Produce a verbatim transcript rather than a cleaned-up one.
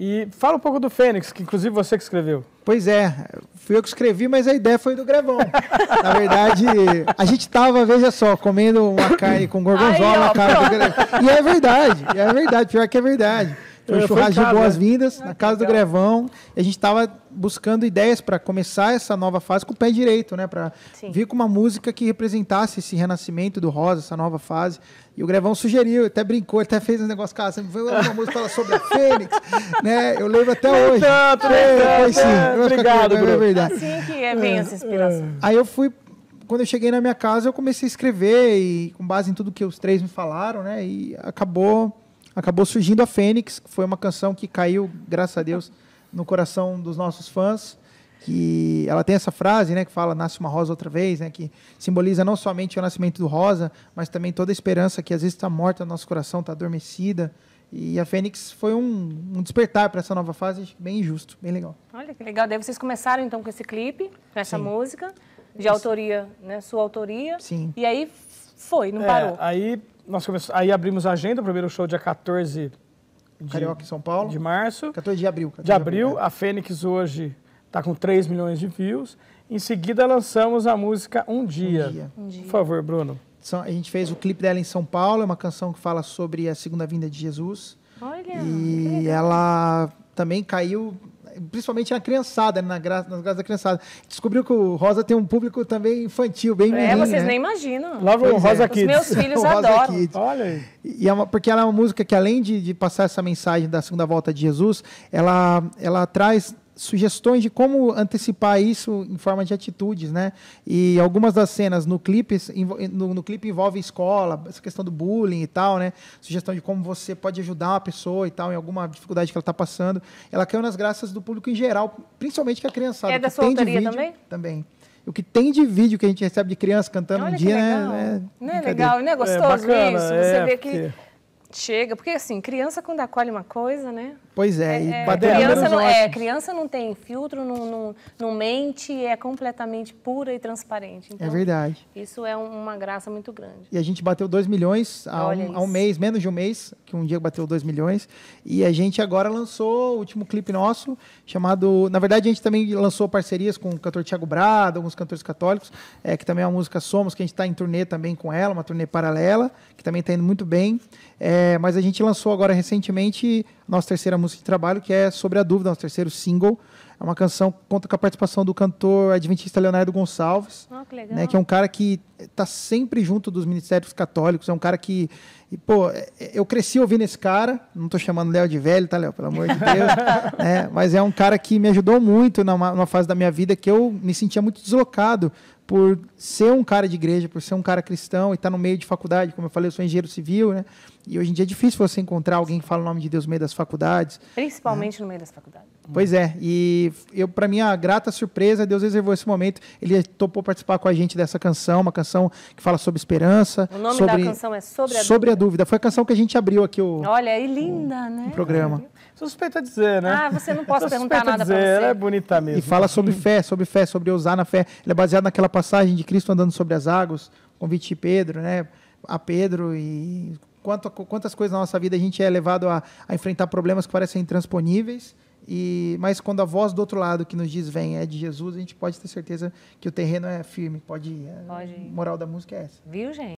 E fala um pouco do Fênix, que inclusive você que escreveu. Pois é, fui eu que escrevi, mas a ideia foi do Grevão. Na verdade, a gente tava, veja só, comendo uma carne com gorgonzola na casa do Grevão. E é verdade, e é verdade, pior que é verdade. Foi um churrasco de boas-vindas na casa do Grevão. E a gente estava buscando ideias para começar essa nova fase com o pé direito, né? Para vir com uma música que representasse esse renascimento do Rosa, essa nova fase. E o Grevão sugeriu, até brincou, até fez um negócio, cara, você foi uma música fala sobre a Fênix, né? Eu lembro até hoje. Tanto, é, foi sim. É, obrigado, é verdade. Assim que é, vem essa inspiração. Aí eu fui, quando eu cheguei na minha casa, eu comecei a escrever e com base em tudo que os três me falaram, né? E acabou Acabou surgindo a Fênix, que foi uma canção que caiu, graças a Deus, no coração dos nossos fãs. Que ela tem essa frase, né, que fala nasce uma rosa outra vez, né, que simboliza não somente o nascimento do rosa, mas também toda a esperança que às vezes está morta no nosso coração, está adormecida. E a Fênix foi um, um despertar para essa nova fase, bem justo, bem legal. Olha que legal. Daí vocês começaram então com esse clipe, com essa Sim. música, de autoria, né, sua autoria. Sim. E aí foi, não É, parou. aí, nós começamos, aí abrimos a agenda, o primeiro show dia quatorze de, Carioca em São Paulo. de março. quatorze de abril. quatorze De abril, é. a Fênix hoje está com três milhões de views. Em seguida, lançamos a música Um Dia. Um Dia. Um dia. Por favor, Bruno. São- A gente fez o clipe dela em São Paulo, é uma canção que fala sobre a segunda vinda de Jesus. Olha, que E legal. ela também caiu, principalmente na criançada, na gra nas graças da criançada. Descobriu que o Rosa tem um público também infantil, bem É, menino, vocês né? nem imaginam. Logo o Pois é. Rosa Os Kids. meus filhos O Rosa adoram. Kids. Olha aí. E é uma, porque ela é uma música que, além de, de passar essa mensagem da segunda volta de Jesus, ela, ela traz sugestões de como antecipar isso em forma de atitudes, né? E algumas das cenas no clipe, envo- no, no clipe envolve escola, essa questão do bullying e tal, né? Sugestão de como você pode ajudar uma pessoa e tal, em alguma dificuldade que ela está passando. Ela caiu nas graças do público em geral, principalmente que a criançada. É O da que sua tem de autoria vídeo- também? Também. O que tem de vídeo que a gente recebe de criança cantando Olha um que dia, legal. né? Não é brincadeira. legal, não é gostoso bacana, isso? Você é, vê que porque- chega, porque assim, criança quando acolhe uma coisa, né? Pois é, e É, bateu criança, números não, é, ótimos. criança não tem filtro, não, não, não mente, é completamente pura e transparente. Então, É verdade. isso é um- uma graça muito grande. E a gente bateu dois milhões há Olha um, há um isso. mês, menos de um mês, que um dia bateu dois milhões. E a gente agora lançou o último clipe nosso, chamado... Na verdade, a gente também lançou parcerias com o cantor Thiago Brado, alguns cantores católicos, é, que também é uma música Somos, que a gente está em turnê também com ela, uma turnê paralela, que também está indo muito bem. É, mas a gente lançou agora recentemente a nossa terceira música de trabalho, que é Sobre a Dúvida, nosso terceiro single. É uma canção que conta com a participação do cantor adventista Leonardo Gonçalves, Oh, que legal. né, que é um cara que está sempre junto dos ministérios católicos, é um cara que, e, pô, é- eu cresci ouvindo esse cara, não estou chamando Léo de velho, tá, Léo, pelo amor de Deus, né, mas é um cara que me ajudou muito numa, numa fase da minha vida que eu me sentia muito deslocado por ser um cara de igreja, por ser um cara cristão e estar no meio de faculdade, como eu falei, eu sou engenheiro civil, né, e hoje em dia é difícil você encontrar alguém que fala o nome de Deus no meio das faculdades. Principalmente no meio das faculdades. Pois é, e eu, para minha grata surpresa, Deus reservou esse momento. Ele topou participar com a gente dessa canção, uma canção que fala sobre esperança. O nome sobre, da canção é Sobre a Sobre a Dúvida. Foi a canção que a gente abriu aqui o, Olha, e linda, né? o programa. Suspeita dizer, né? Ah, você não pode Suspeita perguntar nada pra dizer, você. Ela é bonita mesmo. E fala sobre fé, sobre fé, sobre ousar na fé. Ele é baseado naquela passagem de Cristo andando sobre as águas, convite de Pedro, né? A Pedro e quanto, quantas coisas na nossa vida a gente é levado a, a enfrentar problemas que parecem intransponíveis. E, mas quando a voz do outro lado que nos diz vem é de Jesus, a gente pode ter certeza que o terreno é firme. Pode ir. Pode A ir. moral da música é essa. Viu, gente?